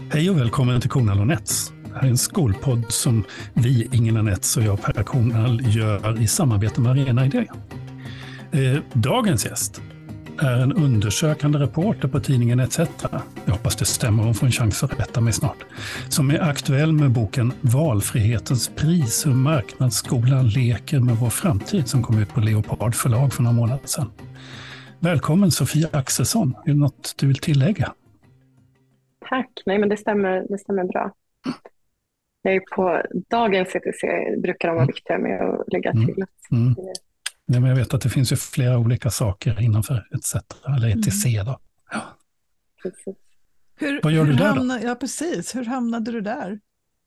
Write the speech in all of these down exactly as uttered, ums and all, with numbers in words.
Hej och välkommen till Kornhall och Nets. Det här är en skolpodd som vi, Ingela Nets och jag, Per Kornhall, gör i samarbete med Arena Idé. Eh, dagens gäst är en undersökande reporter på tidningen et cetera. Jag hoppas det stämmer, hon får en chans att rätta mig snart. Som är aktuell med boken Valfrihetens pris, hur marknadsskolan leker med vår framtid, som kom ut på Leopard förlag för några månader sedan. Välkommen Sofia Axelsson. Är det något du vill tillägga? Tack. Nej, men det stämmer, det stämmer bra. Jag är på dagens C T C, brukar de vara viktiga med att lägga till. Mm. Mm. Nej, men jag vet att det finns ju flera olika saker innanför et cetera, eller E T C då. Ja. Precis. Hur, Vad gör hur du där hamna, då? Ja, precis. Hur hamnade du där?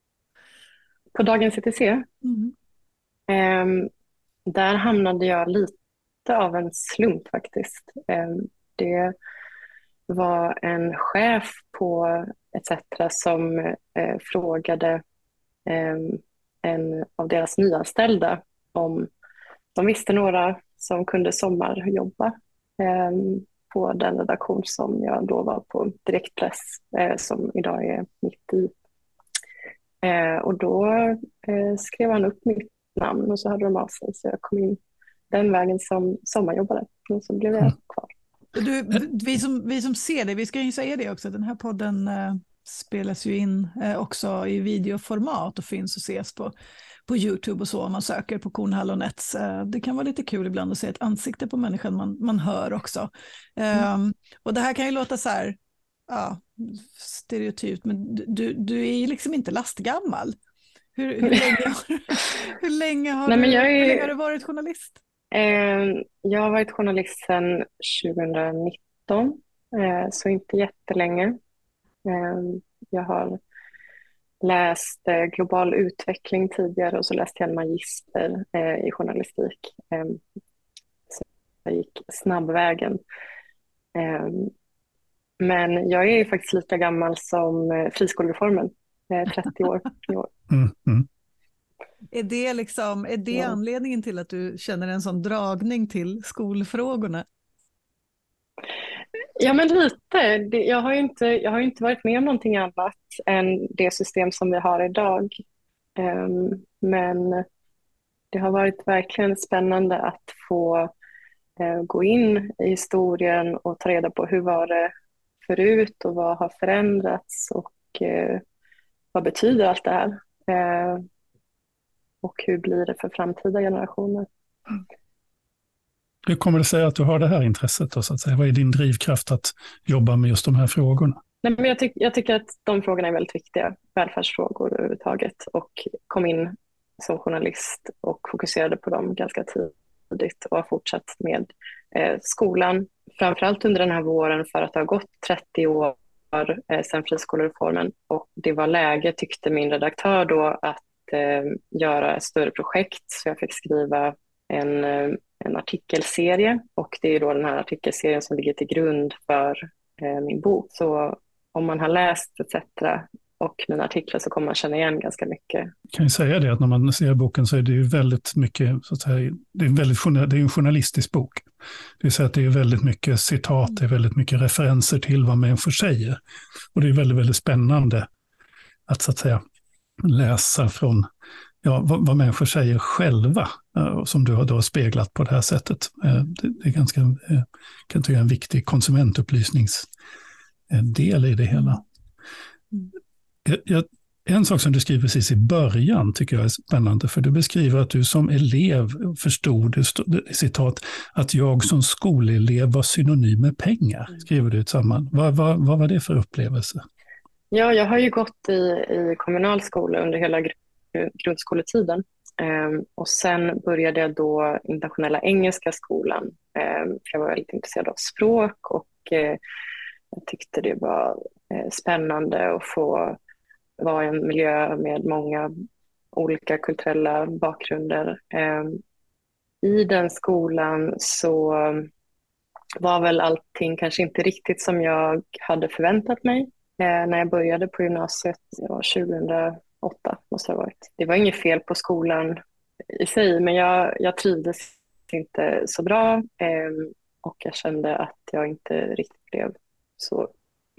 På dagens C T C, Mm. eh, där hamnade jag lite av en slump faktiskt. Eh, det var en chef på et cetera som eh, frågade eh, en av deras nyanställda om de visste några som kunde sommarjobba eh, på den redaktion som jag då var på, Direktpress, eh, som idag är mitt i. Eh, och då eh, skrev han upp mitt namn och så hade de av sig, så jag kom in den vägen som sommarjobbare och så blev jag kvar. Du, vi, som, vi som ser det, vi ska ju säga det också, den här podden eh, spelas ju in eh, också i videoformat och finns och ses på, på YouTube och så, om man söker på Kornhall och Nets. Eh, det kan vara lite kul ibland att se ett ansikte på människan man, man hör också. Eh, mm. Och det här kan ju låta så här, ja, stereotypt, men du, du är ju liksom inte lastgammal. Hur, hur, länge, hur, länge, har Nej, du, men jag är... hur länge har du varit journalist? Jag har varit journalist sedan tjugonitton, så inte jättelänge. Jag har läst global utveckling tidigare och så läste jag en magister i journalistik. Så jag gick snabbvägen. Men jag är faktiskt lika gammal som friskolereformen, trettio år i år. Mm, mm. Är det, liksom, är det Ja. anledningen till att du känner en sån dragning till skolfrågorna? Ja, men lite. Det, jag, har ju inte, jag har ju inte varit med om någonting annat än det system som vi har idag. Um, men det har varit verkligen spännande att få uh, gå in i historien och ta reda på hur var det förut och vad har förändrats och uh, vad betyder allt det här? Uh, och hur blir det för framtida generationer? Mm. Hur kommer det sig att du har det här intresset då, så att säga? Vad är din drivkraft att jobba med just de här frågorna? Nej, men jag, tyck, jag tycker att de frågorna är väldigt viktiga, välfärdsfrågor överhuvudtaget, och kom in som journalist och fokuserade på dem ganska tidigt och har fortsatt med eh, skolan, framförallt under den här våren för att det har gått trettio år eh, sedan friskolereformen, och det var läge, tyckte min redaktör då, att eh, göra ett större projekt, så jag fick skriva en eh, en artikelserie, och det är då den här artikelserien som ligger till grund för eh, min bok. Så om man har läst et cetera och mina artiklar så kommer man känna igen ganska mycket. Jag kan ju säga det att när man ser boken så är det ju väldigt mycket, så att säga, det är en, väldigt, det är en journalistisk bok. Det vill säga att det är väldigt mycket citat, det är väldigt mycket referenser till vad människor säger. Och det är väldigt, väldigt spännande att, så att säga, läsa från ja, vad, vad människor säger själva, uh, som du har då speglat på det här sättet. Uh, det, det är ganska, uh, kan tycka en viktig konsumentupplysningsdel i det hela. Mm. Jag, jag, en sak som du skriver precis i början tycker jag är spännande, för du beskriver att du som elev förstod, citat, att jag som skolelev var synonym med pengar, skriver du tillsammans. Vad, vad, vad var det för upplevelse? Ja, jag har ju gått i, i kommunal skola under hela grundskoletiden. Um, och sen började jag då internationella engelska skolan. Um, jag var väldigt intresserad av språk och uh, jag tyckte det var uh, spännande att få vara i en miljö med många olika kulturella bakgrunder. Um, I den skolan så var väl allting kanske inte riktigt som jag hade förväntat mig. Uh, när jag började på gymnasiet, det var tjugohundraåtta måste det ha varit. Det var inget fel på skolan i sig, men jag, jag trivdes inte så bra eh, och jag kände att jag inte riktigt blev så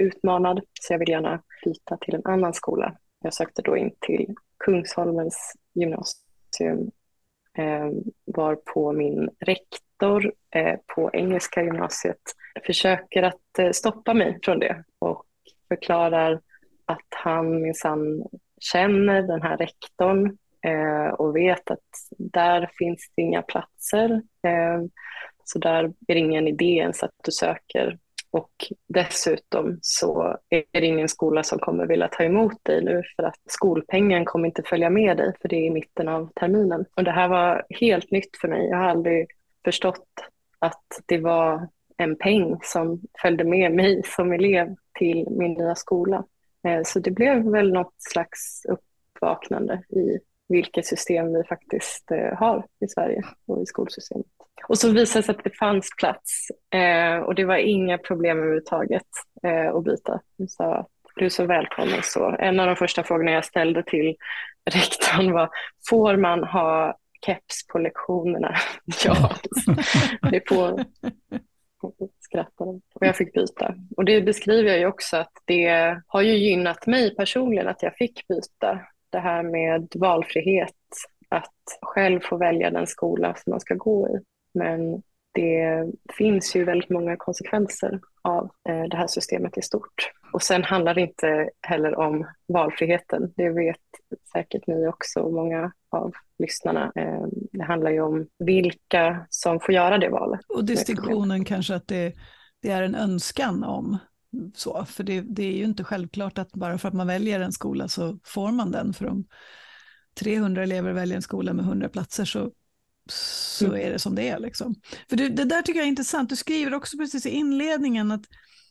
utmanad, så jag vill gärna byta till en annan skola. Jag sökte då in till Kungsholmens gymnasium, eh, var på min rektor eh, på Engelska gymnasiet försöker att eh, stoppa mig från det och förklarar att han minsann känner den här rektorn eh, och vet att där finns det inga platser. Eh, så där är det ingen idé ens att du söker. Och dessutom så är det ingen skola som kommer vilja ta emot dig nu för att skolpengen kommer inte följa med dig för det är i mitten av terminen. Och det här var helt nytt för mig. Jag har aldrig förstått att det var en peng som följde med mig som elev till min nya skola. Så det blev väl något slags uppvaknande i vilket system vi faktiskt har i Sverige och i skolsystemet. Och så visade det sig att det fanns plats eh, och det var inga problem överhuvudtaget eh, att byta. De sa att du är så välkommen. Så en av de första frågorna jag ställde till rektorn var, får man ha keps på lektionerna? Ja, det får. Skrattade. Och jag fick byta. Och det beskriver jag ju också att det har ju gynnat mig personligen att jag fick byta. Det här med valfrihet, att själv få välja den skola som man ska gå i. Men det finns ju väldigt många konsekvenser av eh, det här systemet i stort. Och sen handlar det inte heller om valfriheten. Det vet säkert ni också, många av lyssnarna. Eh, det handlar ju om vilka som får göra det valet. Och distinktionen kanske att det, det är en önskan om så. För det, det är ju inte självklart att bara för att man väljer en skola så får man den. För om trehundra elever väljer en skola med hundra platser så så mm. är det som det är. Liksom. För det, det där tycker jag är intressant. Du skriver också precis i inledningen att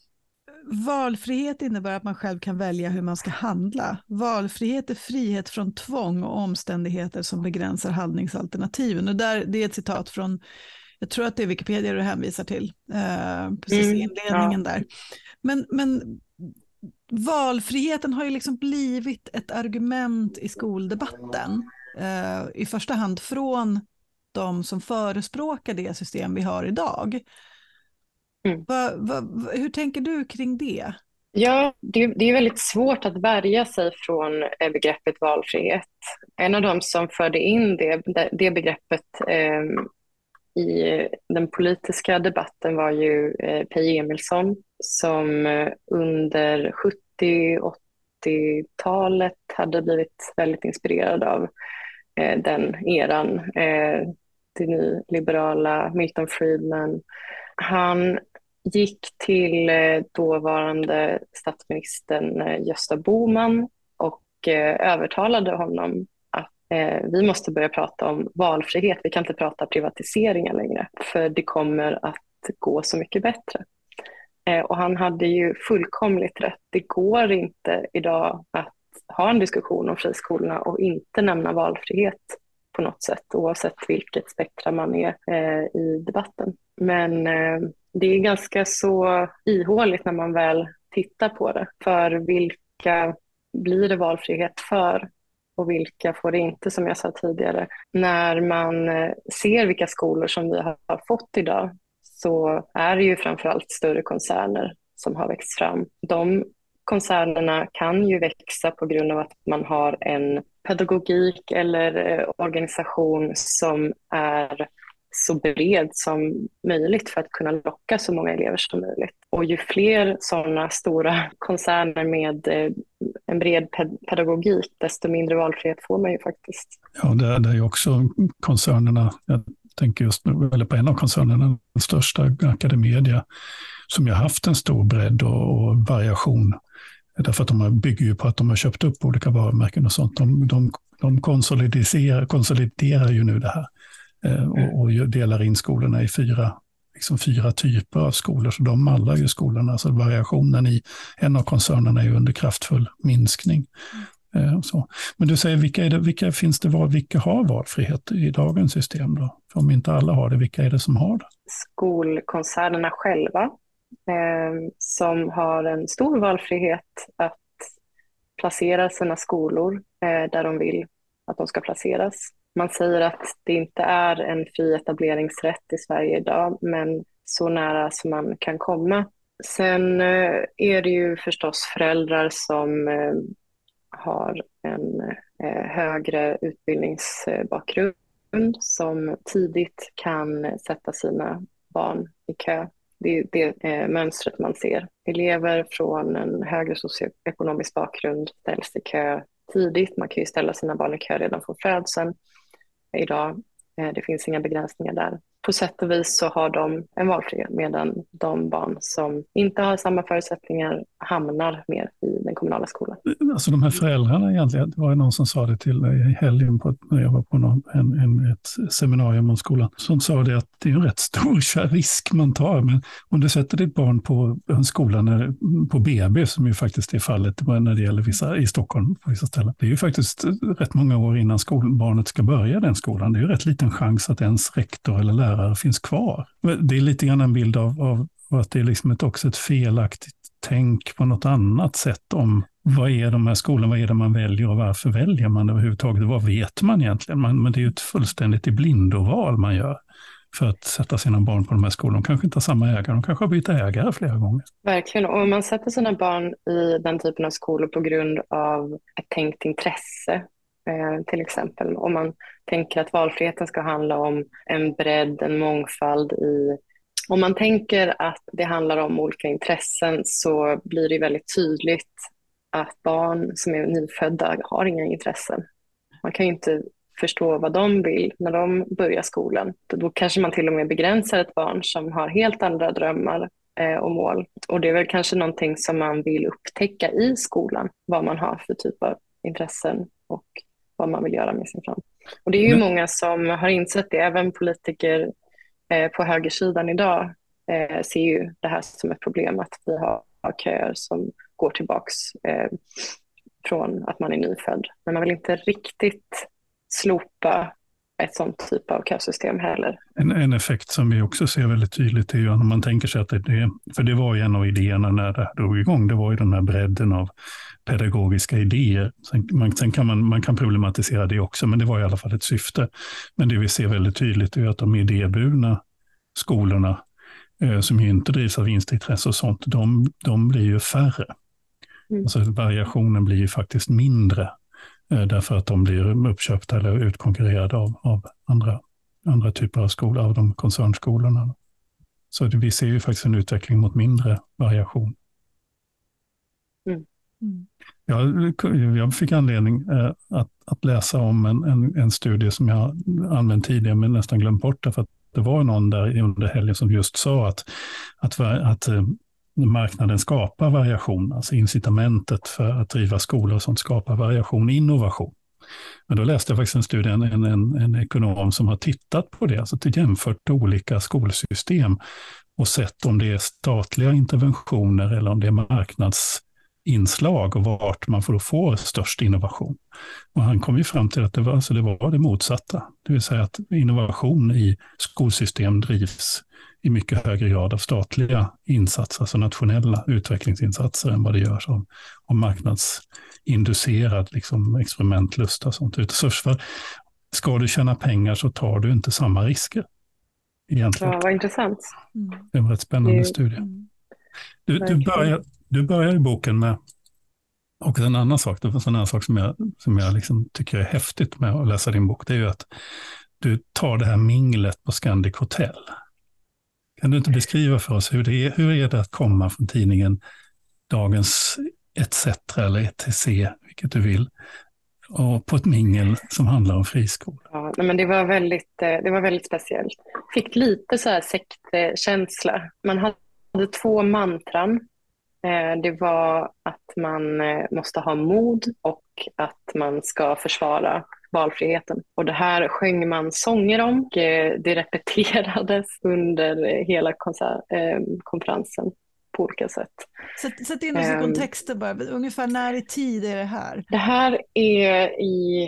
valfrihet innebär att man själv kan välja hur man ska handla. Valfrihet är frihet från tvång och omständigheter som begränsar handlingsalternativen. Och där, det är ett citat från, jag tror att det är Wikipedia du hänvisar till, eh, precis mm, i inledningen ja. där. Men, men valfriheten har ju liksom blivit ett argument i skoldebatten. Eh, I första hand från de som förespråkar det system vi har idag. Mm. Va, va, hur tänker du kring det? Ja, det, det är väldigt svårt att värja sig från begreppet valfrihet. En av de som förde in det, det begreppet eh, i den politiska debatten var ju eh, Peje Emilsson som eh, under sjuttio- och åttiotalet hade blivit väldigt inspirerad av eh, den eran. Eh, det nyliberala Milton Friedman. Han gick till eh, dåvarande statsministern eh, Gösta Bohman och eh, övertalade honom att eh, vi måste börja prata om valfrihet. Vi kan inte prata privatiseringar längre för det kommer att gå så mycket bättre. Eh, och han hade ju fullkomligt rätt. Det går inte idag att ha en diskussion om friskolorna och inte nämna valfrihet på något sätt, oavsett vilket spektra man är eh, i debatten. Men eh, det är ganska så ihåligt när man väl tittar på det. För vilka blir det valfrihet för och vilka får det inte, som jag sa tidigare. När man eh, ser vilka skolor som vi har, har fått idag så är det ju framförallt större koncerner som har växt fram. De koncernerna kan ju växa på grund av att man har en pedagogik eller organisation som är så bred som möjligt för att kunna locka så många elever som möjligt. Och ju fler sådana stora koncerner med en bred pedagogik, desto mindre valfrihet får man ju faktiskt. Ja, det är, det är också koncernerna. Jag tänker just nu eller på en av koncernerna, den största, Academedia, som ju har haft en stor bredd och, och variation. Därför att de bygger ju på att de har köpt upp olika varumärken och sånt. De, de, de konsoliderar, konsoliderar ju nu det här eh, och, och delar in skolorna i fyra, liksom fyra typer av skolor. Så de mallar ju skolorna. Så variationen i en av koncernerna är ju under kraftfull minskning. Eh, så. Men du säger, vilka, är det, vilka finns det var, vilka har valfrihet i dagens system då? För om inte alla har det, vilka är det som har det? Skolkoncernerna själva. Eh, som har en stor valfrihet att placera sina skolor eh, där de vill att de ska placeras. Man säger att det inte är en fri etableringsrätt i Sverige idag, men så nära som man kan komma Sen eh, är det ju förstås föräldrar som eh, har en eh, högre utbildningsbakgrund som tidigt kan sätta sina barn i kö. Det är det eh, mönstret man ser. Elever från en högre socioekonomisk bakgrund ställs i kö tidigt. Man kan ju ställa sina barn i kö redan från födseln. Idag eh, det finns inga begränsningar där. På sätt och vis så har de en valfrihet, medan de barn som inte har samma förutsättningar hamnar mer i den kommunala skolan. Alltså de här föräldrarna egentligen, det var ju någon som sa det till mig i helgen på, när jag var på någon, en, en, ett seminarium om skolan, som sa det att det är en rätt stor risk man tar. Men om du sätter ditt barn på en skola när, på B B, som ju faktiskt är fallet när det gäller vissa i Stockholm på vissa ställen. Det är ju faktiskt rätt många år innan skolbarnet ska börja den skolan. Det är ju rätt liten chans att ens rektor eller lärare finns kvar. Det är lite grann en bild av, av att det är liksom ett, också ett felaktigt tänk på något annat sätt om vad är de här skolorna, vad är det man väljer och varför väljer man överhuvudtaget, vad vet man egentligen? Man, men det är ju ett fullständigt i blindoval man gör för att sätta sina barn på de här skolorna. De kanske inte har samma ägare, de kanske har bytt ägare flera gånger. Verkligen, och om man sätter sina barn i den typen av skolor på grund av ett tänkt intresse, eh, till exempel om man tänker att valfriheten ska handla om en bredd, en mångfald i... Om man tänker att det handlar om olika intressen så blir det väldigt tydligt att barn som är nyfödda har inga intressen. Man kan ju inte förstå vad de vill när de börjar skolan. Då kanske man till och med begränsar ett barn som har helt andra drömmar eh, och mål. Och det är väl kanske någonting som man vill upptäcka i skolan, vad man har för typ av intressen och vad man vill göra med sin framtid. Och det är ju mm. många som har insett det, även politiker eh, på högersidan idag eh, ser ju det här som ett problem, att vi har, har köer som går tillbaks eh, från att man är nyfödd. Men man vill inte riktigt slopa ett sånt typ av kösystem heller. En, en effekt som vi också ser väldigt tydligt är ju när man tänker sig att det, för det var ju en av idéerna när det drog igång, det var ju den här bredden av pedagogiska idéer. Sen, man, sen kan man, man kan problematisera det också, men det var i alla fall ett syfte. Men det vi ser väldigt tydligt är att de idéburna skolorna eh, som ju inte drivs av vinstintresse och sånt, de, de blir ju färre. Mm. Alltså variationen blir ju faktiskt mindre eh, därför att de blir uppköpta eller utkonkurrerade av, av andra, andra typer av skolor, av de koncernskolorna. Så det, vi ser ju faktiskt en utveckling mot mindre variation. Mm. Mm. Jag, jag fick anledning eh, att, att läsa om en, en, en studie som jag använt tidigare men nästan glömt bort, därför att det var någon där under helgen som just sa att, att, att eh, marknaden skapar variation, alltså incitamentet för att driva skolor och sånt skapar variation, innovation. Men då läste jag faktiskt en studie, en, en, en ekonom som har tittat på det, alltså till jämfört olika skolsystem och sett om det är statliga interventioner eller om det är marknadsinslag och vart man får få störst innovation. Och han kom ju fram till att det var, alltså det, var det motsatta, det vill säga att innovation i skolsystem drivs i mycket högre grad av statliga insatser, alltså nationella utvecklingsinsatser, än vad det görs av, av marknadsinducerad liksom, experimentlust och sånt. Så för, ska du tjäna pengar så tar du inte samma risker. Egentligen. Ja, vad intressant. Det är en rätt spännande det, studie. Du, du, börjar, du börjar i boken med, och en annan sak, en annan sak som jag, som jag liksom tycker är häftigt med att läsa din bok, det är ju att du tar det här minglet på Scandic Hotel. Kan du inte beskriva för oss hur det är, hur är det att komma från tidningen Dagens et cetera eller E T C, vilket du vill, och på ett mingel som handlar om friskola? Ja, men det var väldigt, det var väldigt speciellt. Fick lite så här sektkänsla. Man hade två mantran. Det var att man måste ha mod och att man ska försvara valfriheten. Och det här sjöng man sånger om. Det repeterades under hela konsert, eh, konferensen på olika sätt. Sätt, sätt in oss i kontexten bara. Ungefär när i tid är det här? Det här är i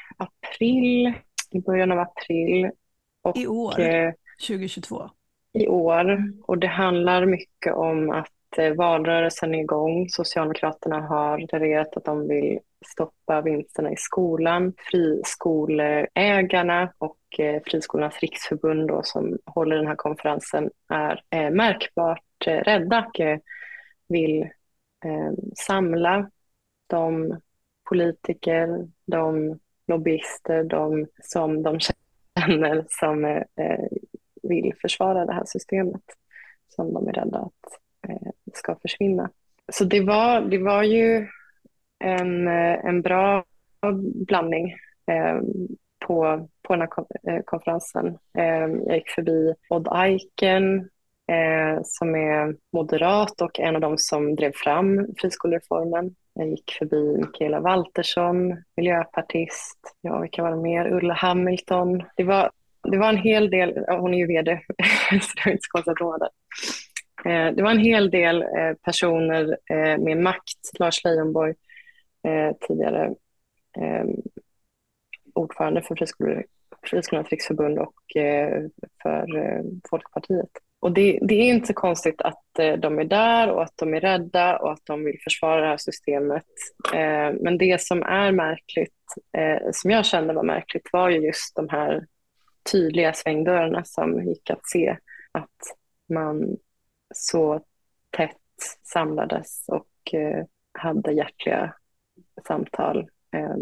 april, i början av april. Och, I år? Eh, tjugohundratjugotvå? I år. Och det handlar mycket om att valrörelsen är igång. Socialdemokraterna har deklarerat att de vill stoppa vinsterna i skolan. Friskoleägarna och eh, Friskolornas riksförbund då, som håller den här konferensen är eh, märkbart rädda och eh, vill eh, samla de politiker, de lobbyister, de som de känner som eh, vill försvara det här systemet som de är rädda att eh, ska försvinna. Så det var, det var ju en, en bra blandning eh, på, på den här konferensen. Eh, jag gick förbi Odd Eichen eh, som är moderat och en av de som drev fram friskolereformen. Jag gick förbi Mikaela Waltersson, miljöpartist. Ja, vilka var det mer? Ulla Hamilton. Det var, det var en hel del, ja, hon är ju vd, så det var inte så konstigt att hon var där. Eh, det var en hel del eh, personer eh, med makt. Lars Leijonborg, eh, tidigare eh, ordförande för friskolor, Friskolornas riksförbund och eh, för eh, Folkpartiet. Och det, det är inte så konstigt att eh, de är där och att de är rädda och att de vill försvara det här systemet. Eh, men det som är märkligt, eh, som jag kände var märkligt, var ju just de här tydliga svängdörrarna som gick att se. Att man så tätt samlades och eh, hade hjärtliga samtal eh,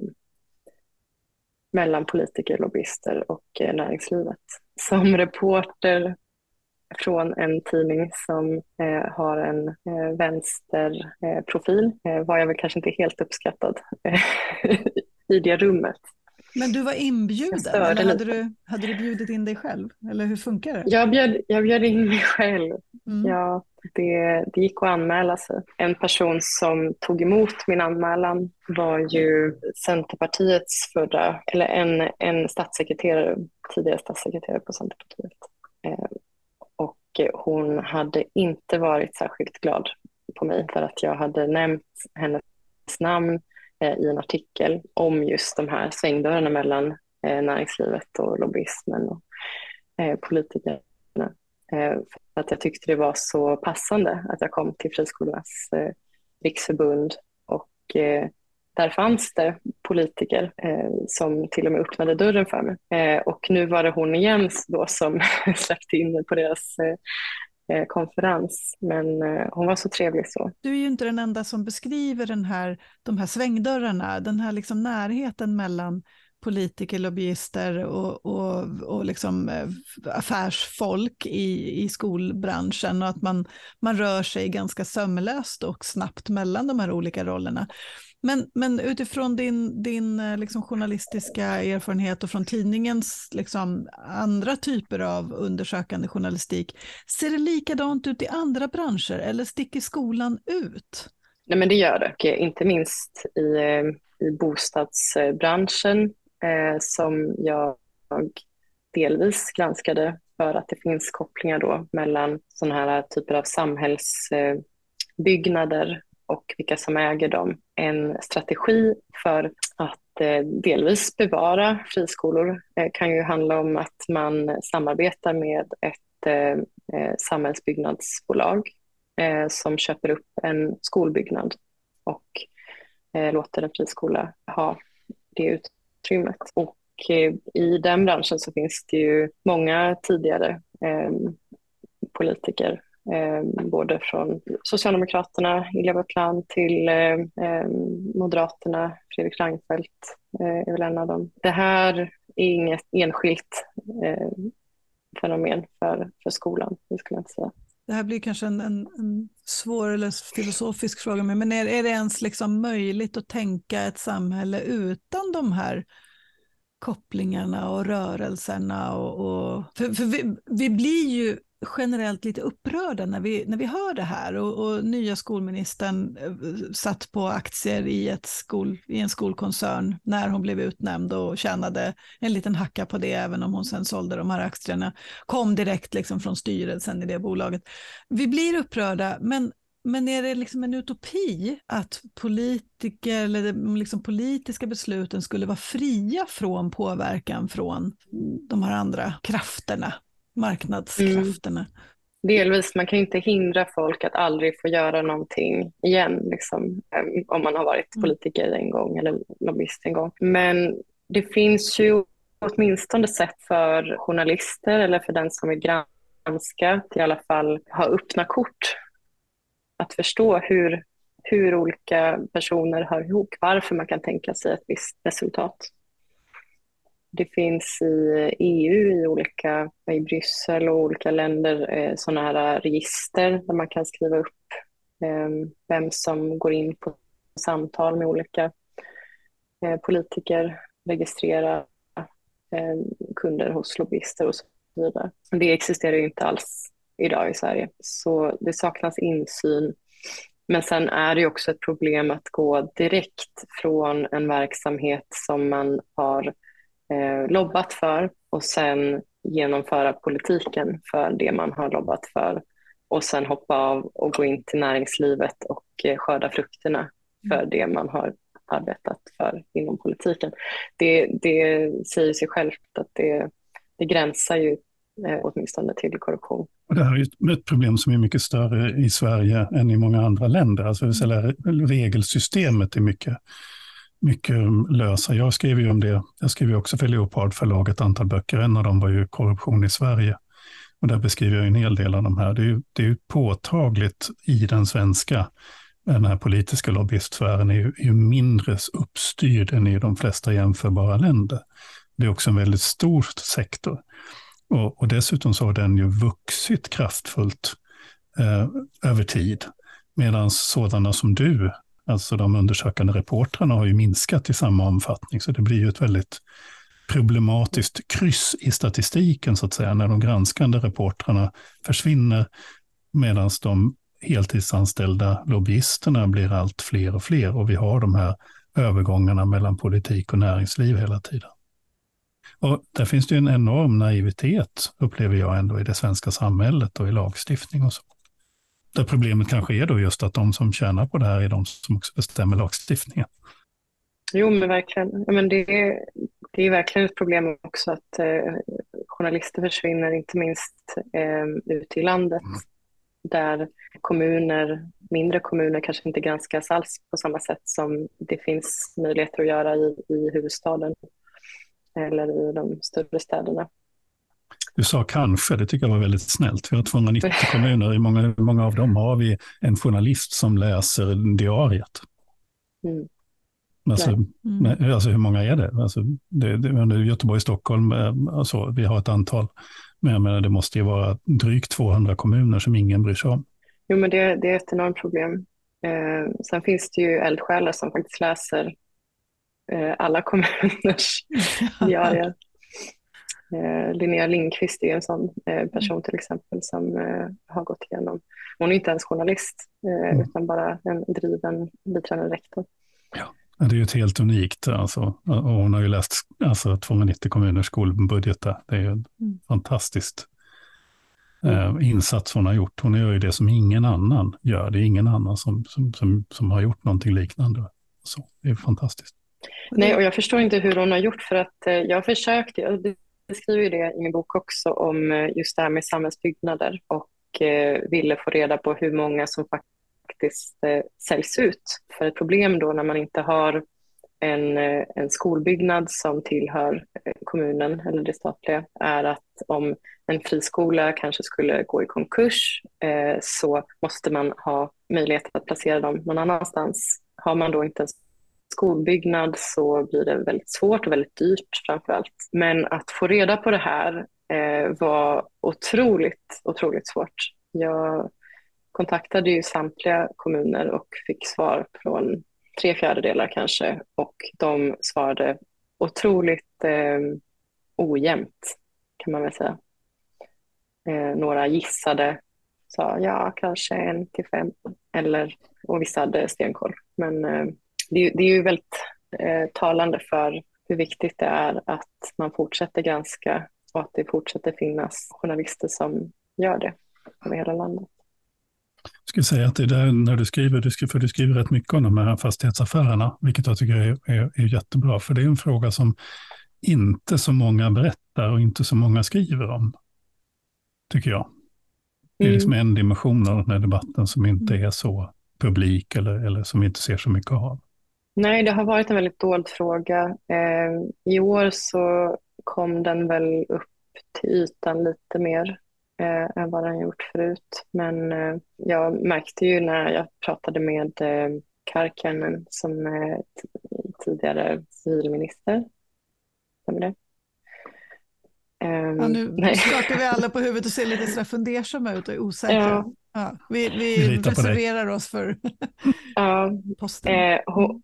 mellan politiker, lobbyister och eh, näringslivet. Som reporter från en tidning som eh, har en eh, vänsterprofil eh, var jag väl kanske inte helt uppskattad i det rummet. Men du var inbjuden, eller hade du, hade du bjudit in dig själv? Eller hur funkar det? Jag bjöd, jag bjöd in mig själv. Mm. Ja, det, det gick att anmäla sig. En person som tog emot min anmälan var ju Centerpartiets förra, eller en, en statssekreterare, tidigare statssekreterare på Centerpartiet. Eh, och hon hade inte varit särskilt glad på mig för att jag hade nämnt hennes namn i en artikel om just de här svängdörrarna mellan eh, näringslivet och lobbyismen och eh, politikerna. Eh, för att jag tyckte det var så passande att jag kom till Friskolornas eh, riksförbund och eh, där fanns det politiker eh, som till och med öppnade dörren för mig. Eh, och nu var det hon igen då som släppte in mig på deras eh, konferens, men eh, hon var så trevlig så. Du är ju inte den enda som beskriver den här, de här svängdörrarna, den här liksom närheten mellan politiker, lobbyister och, och, och liksom affärsfolk i, i skolbranschen, och att man, man rör sig ganska sömlöst och snabbt mellan de här olika rollerna. Men, men utifrån din, din liksom journalistiska erfarenhet och från tidningens liksom andra typer av undersökande journalistik, ser det likadant ut i andra branscher eller sticker skolan ut? Nej, men det gör det, och inte minst i, i bostadsbranschen eh, som jag delvis granskade för att det finns kopplingar då mellan sådana här typer av samhällsbyggnader eh, och vilka som äger dem. En strategi för att eh, delvis bevara friskolor eh, kan ju handla om att man samarbetar med ett eh, samhällsbyggnadsbolag eh, som köper upp en skolbyggnad och eh, låter en friskola ha det utrymmet. Och eh, i den branschen så finns det ju många tidigare eh, politiker, Eh, både från Socialdemokraterna, Ylva Wörtland till eh, Moderaterna, Fredrik Reinfeldt eh, är väl en av dem. Det här är inget enskilt eh, fenomen för, för skolan, det skulle jag inte säga. Det här blir kanske en, en, en svår eller filosofisk fråga, men är, är det ens liksom möjligt att tänka ett samhälle utan de här kopplingarna och rörelserna? Och, och, för för vi, vi blir ju generellt lite upprörda när vi, när vi hör det här, och, och nya skolministern satt på aktier i, ett skol, i en skolkoncern när hon blev utnämnd och tjänade en liten hacka på det, även om hon sen sålde de här aktierna, kom direkt liksom från styrelsen i det bolaget. Vi blir upprörda, men Men är det liksom en utopi att politiker eller liksom politiska besluten skulle vara fria från påverkan från de här andra krafterna, marknadskrafterna? Mm. Delvis, man kan inte hindra folk att aldrig få göra någonting igen, liksom, om man har varit politiker en gång eller lobbyist en gång. Men det finns ju åtminstone sätt för journalister eller för den som vill granska granska, att i alla fall ha öppna kort. Att förstå hur, hur olika personer hör ihop, varför man kan tänka sig ett visst resultat. Det finns i E U, i, olika, i Bryssel och olika länder eh, sådana här register där man kan skriva upp eh, vem som går in på samtal med olika eh, politiker, registrera eh, kunder hos lobbyister och så vidare. Det existerar ju inte alls idag i Sverige, så det saknas insyn. Men sen är det också ett problem att gå direkt från en verksamhet som man har eh, lobbat för och sen genomföra politiken för det man har lobbat för och sen hoppa av och gå in till näringslivet och eh, skörda frukterna för det man har arbetat för inom politiken. Det, det säger sig självt att det, det gränsar ju eh, åtminstone till korruption. Och det här är ju ett problem som är mycket större i Sverige än i många andra länder. Alltså regelsystemet är mycket, mycket lösa. Jag skriver ju om det. Jag skriver också för Leopard förlag ett antal böcker. En av dem var ju korruption i Sverige. Och där beskriver jag en hel del av de här. Det är ju, det är ju påtagligt i den svenska, den här politiska lobbyistsfären är ju, är ju mindre uppstyrd än i de flesta jämförbara länder. Det är också en väldigt stor sektor. Och, och dessutom så har den ju vuxit kraftfullt eh, över tid. Medan sådana som du, alltså de undersökande reportrarna, har ju minskat i samma omfattning. Så det blir ju ett väldigt problematiskt kryss i statistiken så att säga, när de granskande reportrarna försvinner medan de heltidsanställda lobbyisterna blir allt fler och fler och vi har de här övergångarna mellan politik och näringsliv hela tiden. Och där finns det ju en enorm naivitet, upplever jag ändå, i det svenska samhället och i lagstiftning och så. Där problemet kanske är då just att de som tjänar på det här är de som också bestämmer lagstiftningen. Jo, men verkligen. Men det, är, det är verkligen ett problem också att eh, journalister försvinner, inte minst eh, ute i landet. Mm. Där kommuner, mindre kommuner kanske inte granskas alls på samma sätt som det finns möjligheter att göra i, i huvudstaden eller i de större städerna. Du sa kanske, det tycker jag var väldigt snällt. Vi har tvåhundranittio kommuner, i många, många av dem har vi en journalist som läser diariet. Mm. Alltså, mm. alltså hur många är det? Alltså, det, det Göteborg, Stockholm, alltså, vi har ett antal. Men jag menar, det måste ju vara drygt tvåhundra kommuner som ingen bryr sig om. Jo, men det, det är ett enormt problem. Eh, sen finns det ju eldsjälar som faktiskt läser eh, alla kommuners diarier. Eh, Linnea Lindqvist är en sån eh, person till exempel som eh, har gått igenom. Hon är inte ens journalist eh, mm. utan bara en driven biträdande rektor. Ja. Det är ju ett helt unikt. Alltså. Och hon har ju läst alltså, tvåhundranittio kommuners skolbudgetar. Det är ju en mm. fantastisk eh, insats hon har gjort. Hon gör ju det som ingen annan gör. Det är ingen annan som, som, som, som har gjort någonting liknande. Så, det är fantastiskt. Nej, och jag förstår inte hur hon har gjort för att eh, jag försökte, jag beskriver ju det i min bok också om eh, just det här med samhällsbyggnader och eh, ville få reda på hur många som faktiskt faktiskt eh, säljs ut. För ett problem då när man inte har en, eh, en skolbyggnad som tillhör eh, kommunen eller det statliga är att om en friskola kanske skulle gå i konkurs eh, så måste man ha möjlighet att placera dem någon annanstans. Har man då inte en skolbyggnad så blir det väldigt svårt och väldigt dyrt framförallt. Men att få reda på det här eh, var otroligt, otroligt svårt. Jag kontaktade ju samtliga kommuner och fick svar från tre fjärdedelar kanske och de svarade otroligt eh, ojämnt kan man väl säga. Eh, några gissade, sa ja kanske en till fem eller och vissa hade stenkoll. Men eh, det, det är ju väldigt eh, talande för hur viktigt det är att man fortsätter granska och att det fortsätter finnas journalister som gör det över hela landet. Jag ska säga att det där när du skriver, du skriver, för du skriver rätt mycket om de här fastighetsaffärerna, vilket jag tycker är, är, är jättebra. För det är en fråga som inte så många berättar och inte så många skriver om, tycker jag. Det är liksom en dimension av den här debatten som inte är så publik eller, eller som vi inte ser så mycket av. Nej, det har varit en väldigt dold fråga. Eh, I år så kom den väl upp till ytan lite mer. eh, än vad den gjort förut. Men eh, jag märkte ju när jag pratade med eh, Karkiainen som är t- tidigare civilminister. Stämmer det? Um, Ja, nu nej. skakar vi alla på huvudet och ser lite sådär fundersamma ut och är osäkra. Ja. Ja, vi vi, Vi litar på dig. reserverar oss för Ja, posten. eh, hon,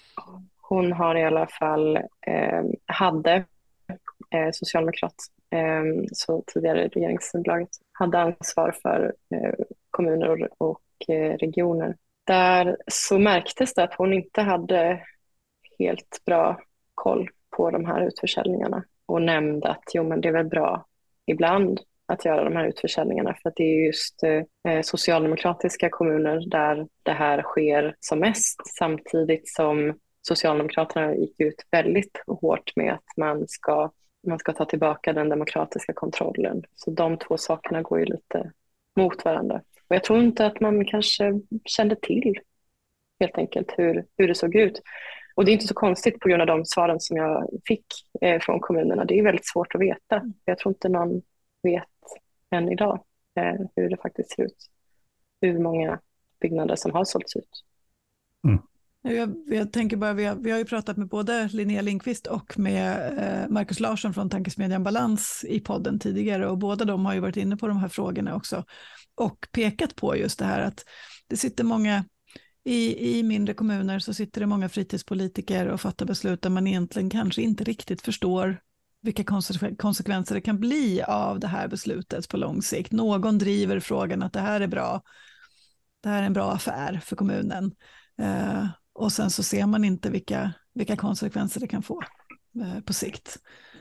hon har i alla fall, eh, hade eh, socialdemokrat, eh, så tidigare regeringsunderlaget, hade ansvar för eh, kommuner och, och eh, regioner. Där så märktes det att hon inte hade helt bra koll på de här utförsäljningarna och nämnde att jo, men det är väl bra ibland att göra de här utförsäljningarna för att det är just eh, socialdemokratiska kommuner där det här sker som mest, samtidigt som Socialdemokraterna gick ut väldigt hårt med att man ska, man ska ta tillbaka den demokratiska kontrollen. Så de två sakerna går ju lite mot varandra. Och jag tror inte att man kanske kände till helt enkelt hur, hur det såg ut. Och det är inte så konstigt på grund av de svaren som jag fick eh, från kommunerna. Det är väldigt svårt att veta. Jag tror inte någon vet än idag eh, hur det faktiskt ser ut. Hur många byggnader som har sålts ut. Mm. Jag, jag tänker bara, vi har, vi har ju pratat med både Linnea Lindqvist och med eh, Markus Larsson från Tankesmedjan Balans i podden tidigare, och båda de har ju varit inne på de här frågorna också och pekat på just det här att det sitter många i, i mindre kommuner, så sitter det många fritidspolitiker och fattar beslut där man egentligen kanske inte riktigt förstår vilka konse- konsekvenser det kan bli av det här beslutet på lång sikt. Någon driver frågan att det här är bra, det här är en bra affär för kommunen. Eh, och sen så ser man inte vilka, vilka konsekvenser det kan få eh, på sikt.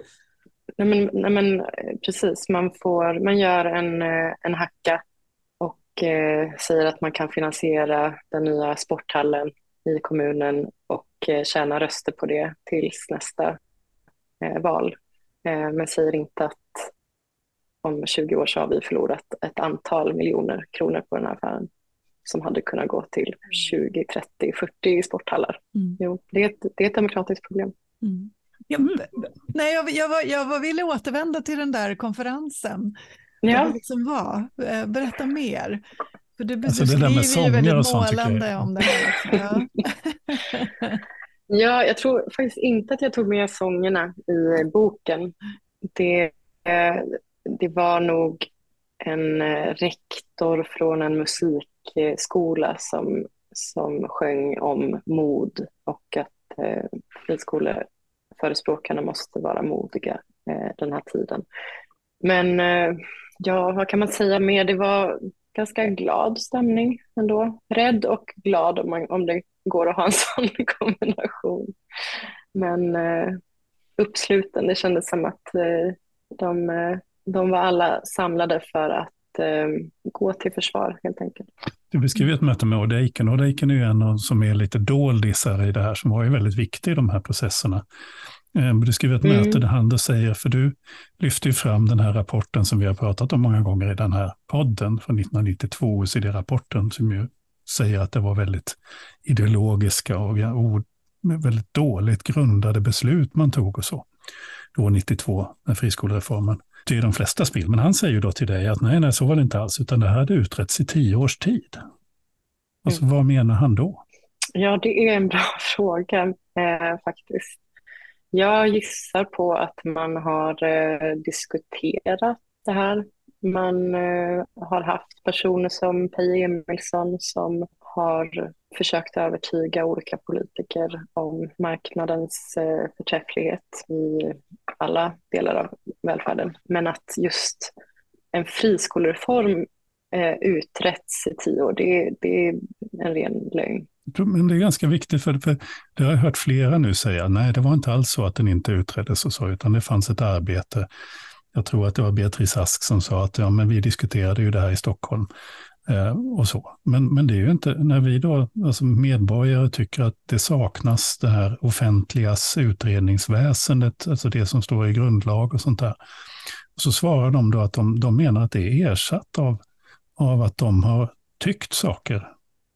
Nej men, nej men precis, man, får, man gör en, en hacka och eh, säger att man kan finansiera den nya sporthallen i kommunen och eh, tjäna röster på det tills nästa eh, val. Eh, men säger inte att om tjugo år så har vi förlorat ett antal miljoner kronor på den här affären som hade kunnat gå till tjugo, trettio, fyrtio sporthallar. Mm. Jo, det är, ett, det är ett demokratiskt problem. Mm. Jag, nej, jag, jag, var, jag var ville återvända till den där konferensen. Ja. Det liksom var. Berätta mer. För du, alltså du det där med skriver ju väldigt sånt, målande om det här också. Ja. Ja, jag tror faktiskt inte att jag tog med sångerna i boken. Det, det var nog en rektor från en musikskola som, som sjöng om mod och att eh, friskoleförespråkarna måste vara modiga eh, den här tiden. Men eh, ja, vad kan man säga mer? Det var ganska glad stämning ändå. Rädd och glad om, man, om det går att ha en sån kombination. Men eh, uppsluten, det kändes som att eh, de, de var alla samlade för att eh, gå till försvar helt enkelt. Du beskriver ett möte med Odd Eiken. Odd Eiken är ju en av som är lite doldisar i det här, som var ju väldigt viktig i de här processerna. Du skriver ett mm. möte där han då säger, för du lyfter ju fram den här rapporten som vi har pratat om många gånger i den här podden från nittonhundranittiotvå, O E C D-rapporten, som ju säger att det var väldigt ideologiska och väldigt dåligt grundade beslut man tog och så. Då nittiotvå, när friskolereformen. Det är de flesta spel, men han säger ju då till dig att nej, nej, så var det inte alls, utan det här hade utretts i tio års tid. Alltså mm. vad menar han då? Ja, det är en bra fråga eh, faktiskt. Jag gissar på att man har eh, diskuterat det här. Man eh, har haft personer som Peje Emilsson som har försökt övertyga olika politiker om marknadens eh, förträfflighet i alla delar av välfärden. Men att just en friskolereform eh, utretts i tio år, det, det är en ren lögn. Men det är ganska viktigt, för, för det har jag hört flera nu säga, nej det var inte alls så att den inte utreddes och så, utan det fanns ett arbete. Jag tror att det var Beatrice Ask som sa att ja, men vi diskuterade ju det här i Stockholm eh, och så. Men, men det är ju inte, när vi då, alltså medborgare tycker att det saknas det här offentligas utredningsväsendet, alltså det som står i grundlag och sånt där. Så svarar de då att de, de menar att det är ersatt av, av att de har tyckt saker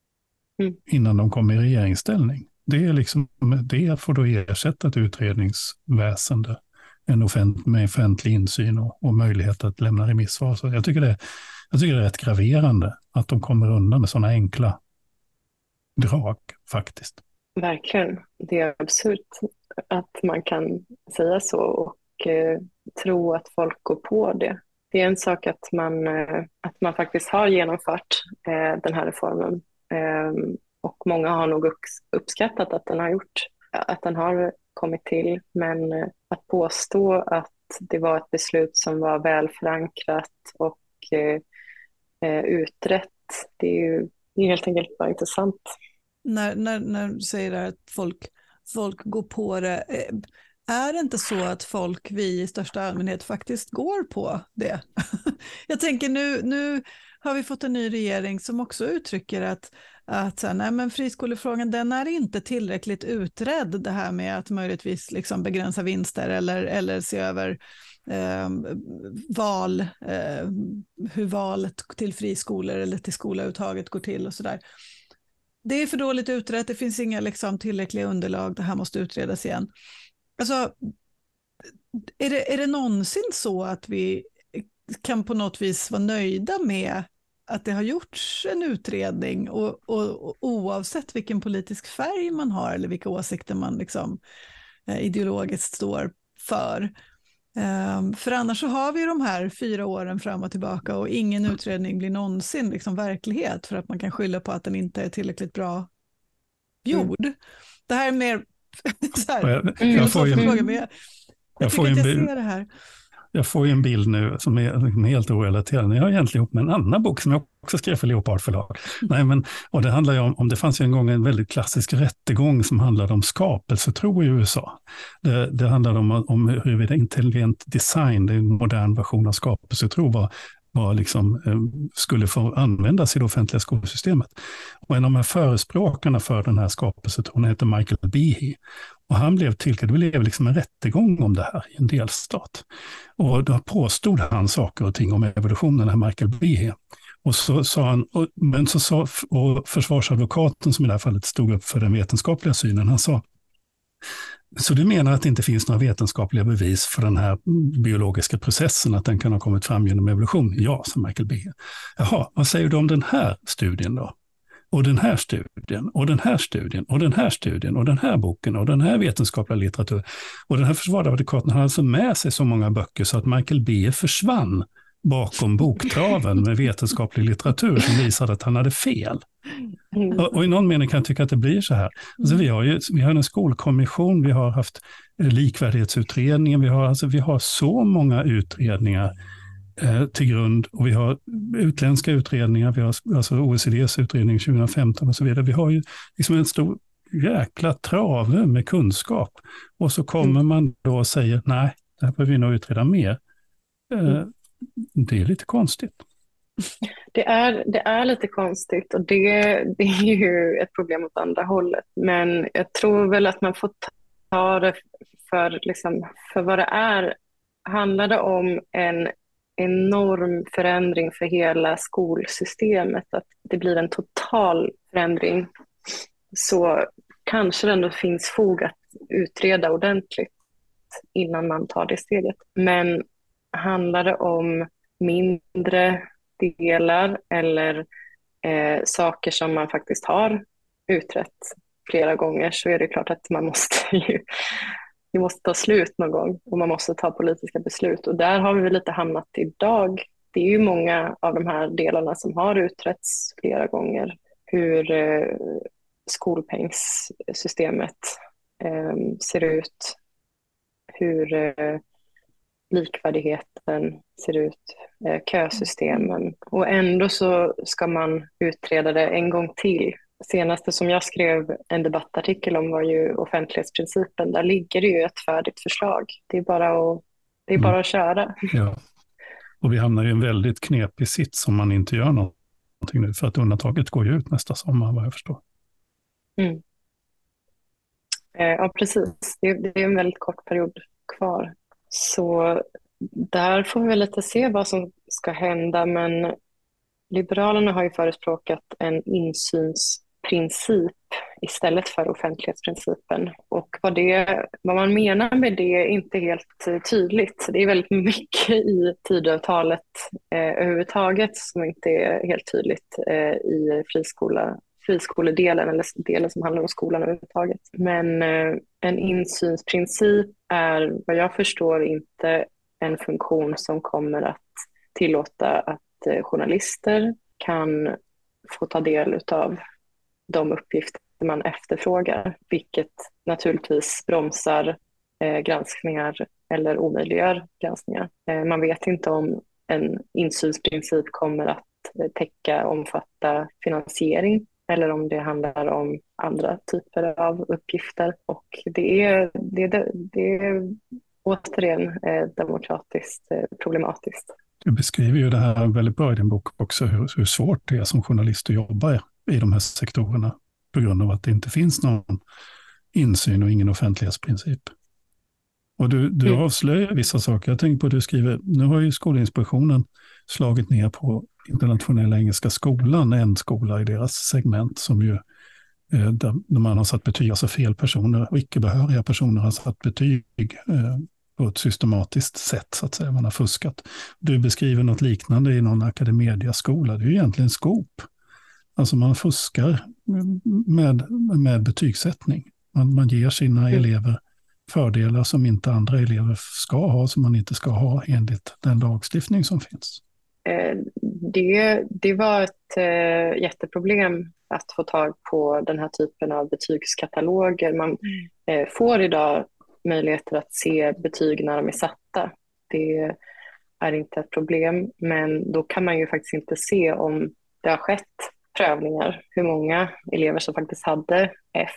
Mm. innan de kom i regeringsställning. Det är liksom, det får då ersätta ett utredningsväsende en offent, med offentlig insyn och, och möjlighet att lämna remissvar. Så jag tycker, det, jag tycker det är rätt graverande att de kommer undan med sådana enkla drag faktiskt. Verkligen. Det är absurt att man kan säga så och eh, tro att folk går på det. Det är en sak att man, eh, att man faktiskt har genomfört eh, den här reformen. Eh, och många har nog uppskattat att den har gjort, att den har kommit till. Men eh, att påstå att det var ett beslut som var väl förankrat och eh, eh, utrett, det är ju det är helt enkelt bara inte sant. När, när, när du säger att folk, folk går på det, är det inte så att folk, vi i största allmänhet, faktiskt går på det? Jag tänker nu, nu har vi fått en ny regering som också uttrycker att, att så här, nej, men friskolefrågan, den är inte tillräckligt utredd, det här med att möjligtvis liksom begränsa vinster eller, eller se över eh, val, eh, hur valet till friskolor eller till skolauttaget går till och sådär. Det är för dåligt utrett, det finns inga liksom tillräckliga underlag, det här måste utredas igen. Alltså, är det, är det någonsin så att vi kan på något vis vara nöjda med att det har gjorts en utredning och, och, och oavsett vilken politisk färg man har eller vilka åsikter man liksom, eh, ideologiskt står för? Um, för annars så har vi de här fyra åren fram och tillbaka och ingen utredning blir någonsin liksom verklighet för att man kan skylla på att den inte är tillräckligt bra gjord. Mm. Det här är mer så här, jag, jag får ju en, fråga, men jag, jag, jag tycker får att jag en, ser det här. Jag får ju en bild nu som är helt orelaterad. Jag har egentligen ihop med en annan bok som jag också skrev för Leopard förlag. Nej, men, och det handlar ju om, om, det fanns ju en gång en väldigt klassisk rättegång som handlade om skapelsetro i U S A. Det, det handlade om, om huruvida intelligent design, det är en modern version av skapelsetro, var, var liksom, skulle få användas i det offentliga skolsystemet. Och en av de här förespråkarna för den här skapelsetron heter Michael Behe. Och han blev tillkallad, det blev liksom en rättegång om det här i en delstat. Och då påstod han saker och ting om evolutionen, här Michael Behe. Och så sa han, och, men så sa och försvarsadvokaten som i det här fallet stod upp för den vetenskapliga synen, han sa, så du menar att det inte finns några vetenskapliga bevis för den här biologiska processen, att den kan ha kommit fram genom evolution? Ja, sa Michael Behe. Jaha, vad säger du om den här studien då? Och den här studien, och den här studien, och den här studien, och den här boken, och den här vetenskapliga litteraturen. Och den här försvarsadvokaten hade alltså med sig så många böcker så att Michael Behe försvann bakom boktraven med vetenskaplig litteratur som visade att han hade fel. Mm. Och, och i någon mening kan jag tycka att det blir så här. Alltså vi har ju vi har en skolkommission, vi har haft likvärdighetsutredningen, vi har, alltså, vi har så många utredningar eh, till grund, och vi har utländska utredningar, vi har alltså O E C D:s utredning tjugohundrafemton och så vidare. Vi har ju liksom en stor jäkla trave med kunskap, och så kommer man då och säger nej, det här behöver vi nog utreda mer. Eh, det är lite konstigt. Det är, det är lite konstigt, och det, det är ju ett problem åt andra hållet. Men jag tror väl att man får ta det för, liksom, för vad det är. Handlar det om en enorm förändring för hela skolsystemet, att det blir en total förändring, så kanske det ändå finns fog att utreda ordentligt innan man tar det steget. Men handlar det om mindre delar eller eh, saker som man faktiskt har utrett flera gånger, så är det klart att man måste ju det måste ta slut någon gång och man måste ta politiska beslut. Och där har vi väl lite hamnat idag. Det är ju många av de här delarna som har utretts flera gånger. Hur eh, skolpengssystemet eh, ser ut, hur eh, likvärdigheten ser ut, eh, kösystemen. Och ändå så ska man utreda det en gång till. Senaste som jag skrev en debattartikel om var ju offentlighetsprincipen. Där ligger det ju ett färdigt förslag. Det är bara att, det är bara mm. att köra. Ja. Och vi hamnar i en väldigt knepig sits om man inte gör någonting nu. För att undantaget går ju ut nästa sommar, vad jag förstår. Mm. Eh, ja, precis. Det, det är en väldigt kort period kvar. Så där får vi väl lite se vad som ska hända. Men Liberalerna har ju förespråkat en insynsprincip istället för offentlighetsprincipen. Och vad, det, vad man menar med det är inte helt tydligt. Det är väldigt mycket i Tidöavtalet eh, överhuvudtaget som inte är helt tydligt eh, i friskola, friskoledelen eller delen som handlar om skolan överhuvudtaget. Men eh, en insynsprincip är vad jag förstår inte en funktion som kommer att tillåta att eh, journalister kan få ta del av de uppgifter man efterfrågar, vilket naturligtvis bromsar eh, granskningar eller omöjliggör granskningar. Eh, man vet inte om en insynsprincip kommer att eh, täcka, omfatta finansiering eller om det handlar om andra typer av uppgifter. Och det är, det är, det är återigen eh, demokratiskt eh, problematiskt. Du beskriver ju det här väldigt bra i din bok också, hur, hur svårt det är som journalist att jobba i de här sektorerna på grund av att det inte finns någon insyn och ingen offentlighetsprincip. Och du, du mm. avslöjar vissa saker. Jag tänker på att du skriver, nu har ju Skolinspektionen slagit ner på Internationella Engelska Skolan, en skola i deras segment som ju eh, där man har satt betyg, alltså fel personer och icke-behöriga personer har satt betyg eh, på ett systematiskt sätt, så att säga. Man har fuskat. Du beskriver något liknande i någon Academedia-skola. Det är ju egentligen skop. Alltså man fuskar med, med betygssättning. Man, man ger sina mm. elever fördelar som inte andra elever ska ha, som man inte ska ha enligt den lagstiftning som finns. Det, det var ett äh, jätteproblem att få tag på den här typen av betygskataloger. Man mm. äh, får idag möjligheter att se betyg när de är satta. Det är inte ett problem, men då kan man ju faktiskt inte se om det har skett prövningar, hur många elever som faktiskt hade F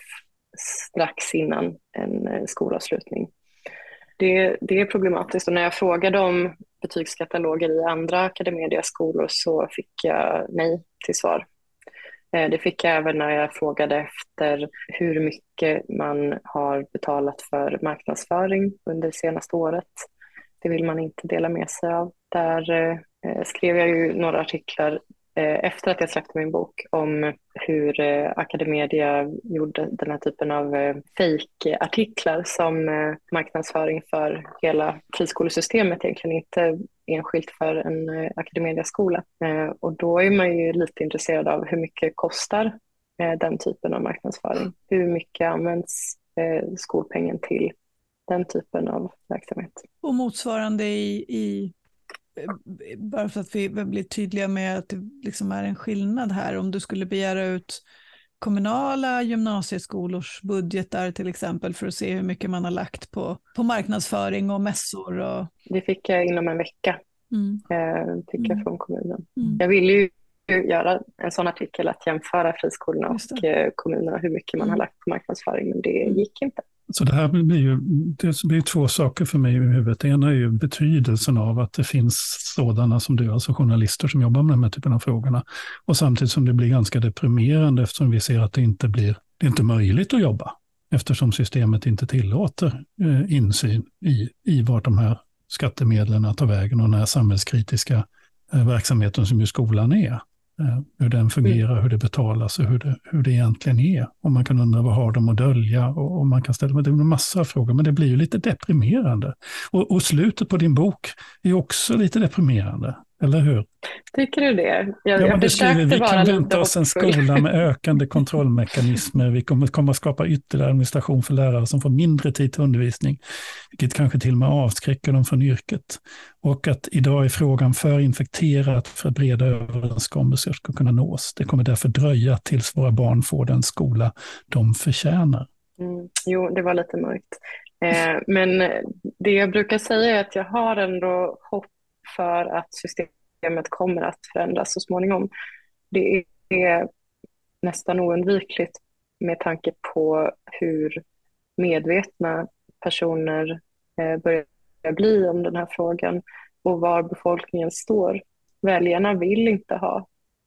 strax innan en skolavslutning. Det, det är problematiskt, och när jag frågade om betygskataloger i andra Academedia-skolor så fick jag nej till svar. Det fick jag även när jag frågade efter hur mycket man har betalat för marknadsföring under det senaste året. Det vill man inte dela med sig av. Där eh, skrev jag ju några artiklar eh, efter att jag släppte min bok om hur eh, Academedia gjorde den här typen av eh, fake-artiklar som eh, marknadsföring för hela friskolesystemet, egentligen inte enskilt för en eh, Academedia-skola. Eh, och då är man ju lite intresserad av hur mycket kostar eh, den typen av marknadsföring. Hur mycket används eh, skolpengen till den typen av verksamhet. Och motsvarande i, i bara för att vi blir tydliga med att det liksom är en skillnad här, om du skulle begära ut kommunala gymnasieskolors budgetar till exempel för att se hur mycket man har lagt på, på marknadsföring och mässor. Och... Det fick jag inom en vecka, mm. eh, fick jag mm. från kommunen. Mm. Jag ville ju göra en sån artikel att jämföra friskolorna och eh, kommunerna, hur mycket man mm. har lagt på marknadsföring, men det mm. gick inte. Så det här blir ju det blir två saker för mig i huvudet. Det ena är ju betydelsen av att det finns sådana som du, alltså journalister som jobbar med de här typen av frågorna. Och samtidigt som det blir ganska deprimerande eftersom vi ser att det inte blir, det är inte möjligt att jobba. Eftersom systemet inte tillåter eh, insyn i, i vart de här skattemedlen tar vägen och den här samhällskritiska eh, verksamheten som ju skolan är. Hur den fungerar, hur det betalas och hur det, hur det egentligen är. Och man kan undra vad har de att dölja, och, och man kan ställa med en massa frågor, men det blir ju lite deprimerande. Och, och slutet på din bok är också lite deprimerande, eller hur? Tycker du det? Jag, ja, jag försökte vi vara kan lite vänta oss en skola med ökande kontrollmekanismer. Vi kommer, kommer att skapa ytterligare administration för lärare som får mindre tid till undervisning, vilket kanske till och med avskräcker dem från yrket. Och att idag är frågan för infekterat för att breda överenskommelser ska kunna nås. Det kommer därför dröja tills våra barn får den skola de förtjänar. Mm, jo, det var lite mörkt. Eh, men det jag brukar säga är att jag har ändå hopp för att systemet kommer att förändras så småningom. Det är nästan oundvikligt med tanke på hur medvetna personer börjar bli om den här frågan och var befolkningen står. Väljarna vill inte ha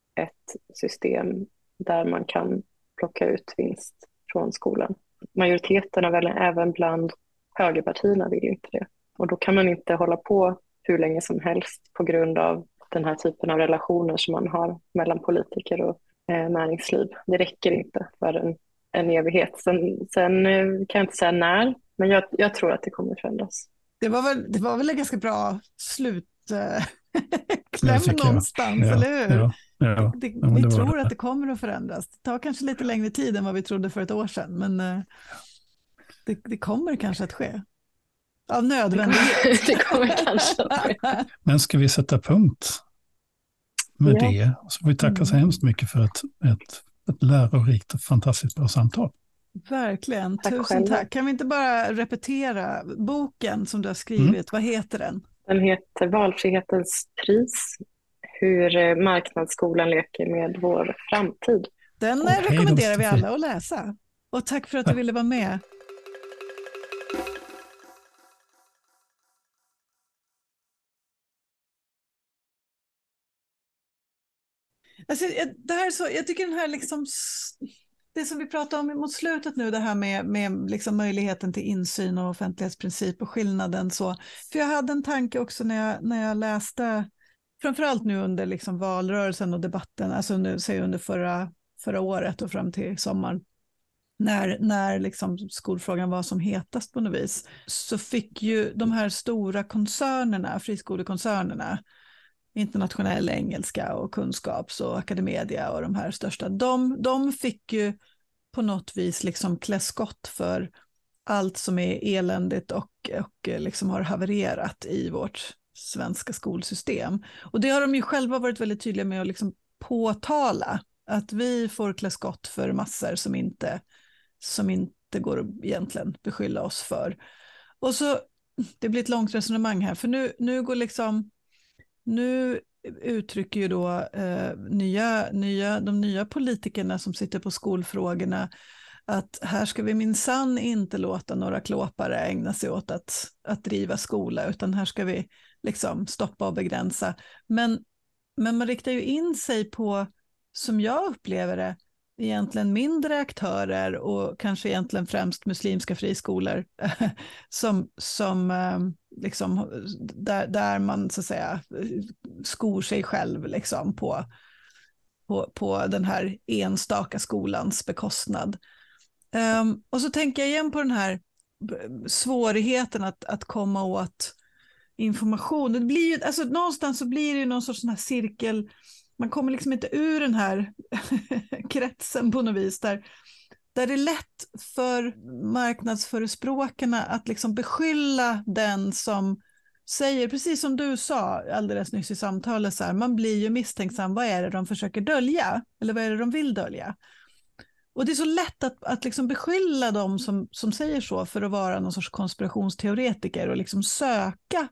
ett system där man kan plocka ut vinst från skolan. Majoriteten av väljarna, även bland högerpartierna, vill inte det. Och då kan man inte hålla på hur länge som helst på grund av den här typen av relationer som man har mellan politiker och eh, näringsliv. Det räcker inte för en en evighet. Sen, sen eh, kan jag inte säga när, men jag, jag tror att det kommer förändras. Det var väl, det var väl en ganska bra slutkläm jag. någonstans, Ja, eller hur? ja, ja. Det, Ja, vi det var tror det. att det kommer att förändras. Det tar kanske lite längre tid än vad vi trodde för ett år sedan, men eh, det, det kommer kanske att ske. Av nödvändighet. Det kommer kanske att ske. Men ska vi sätta punkt med Ja. det? Så får vi tacka så Mm. hemskt mycket för ett, ett, ett lärorikt och fantastiskt bra samtal. Verkligen, Tack tusen själva. tack. Kan vi inte bara repetera boken som du har skrivit? Mm. Vad heter den? Den heter Valfrihetens pris. Hur eh, marknadsskolan leker med vår framtid. Den eh, Okej, rekommenderar då, vi Sofie. alla att läsa. Och tack för att Tack. du ville vara med. Alltså, jag- det här är så, jag tycker den här liksom, s- det som vi pratar om mot slutet nu, det här med, med liksom möjligheten till insyn och offentlighetsprincip och skillnaden så. För jag hade en tanke också när jag, när jag läste, framförallt nu under liksom valrörelsen och debatten, alltså nu, säg under förra, förra året och fram till sommaren, när, när liksom skolfrågan var som hetast på något vis, så fick ju de här stora koncernerna, friskolekoncernerna, Internationell engelska och Kunskaps och Academedia och de här största, de, de fick ju på något vis liksom klä skott för allt som är eländigt och, och liksom har havererat i vårt svenska skolsystem. Och det har de ju själva varit väldigt tydliga med att liksom påtala, att vi får klä skott för massor som inte, som inte går att egentligen beskylla oss för. Och så, det blir ett långt resonemang här, för nu, nu går liksom Nu uttrycker ju då eh, nya, nya, de nya politikerna som sitter på skolfrågorna att här ska vi minsann inte låta några klåpare ägna sig åt att, att driva skola, utan här ska vi liksom stoppa och begränsa. Men, men man riktar ju in sig på, som jag upplever det, egentligen mindre aktörer och kanske egentligen främst muslimska friskolor som, som eh, liksom, där, där man så att säga skor sig själv liksom på, på, på den här enstaka skolans bekostnad. Um, och så tänker jag igen på den här svårigheten att, att komma åt information. Det blir ju, alltså, någonstans så blir det ju någon sorts sån här cirkel. Man kommer liksom inte ur den här kretsen på något vis där, där det är lätt för marknadsförespråkarna att liksom beskylla den som säger, precis som du sa alldeles nyss i samtalet, så här, man blir ju misstänksam, vad är det de försöker dölja? Eller vad är det de vill dölja? Och det är så lätt att, att liksom beskylla dem som, som säger så för att vara någon sorts konspirationsteoretiker och liksom söka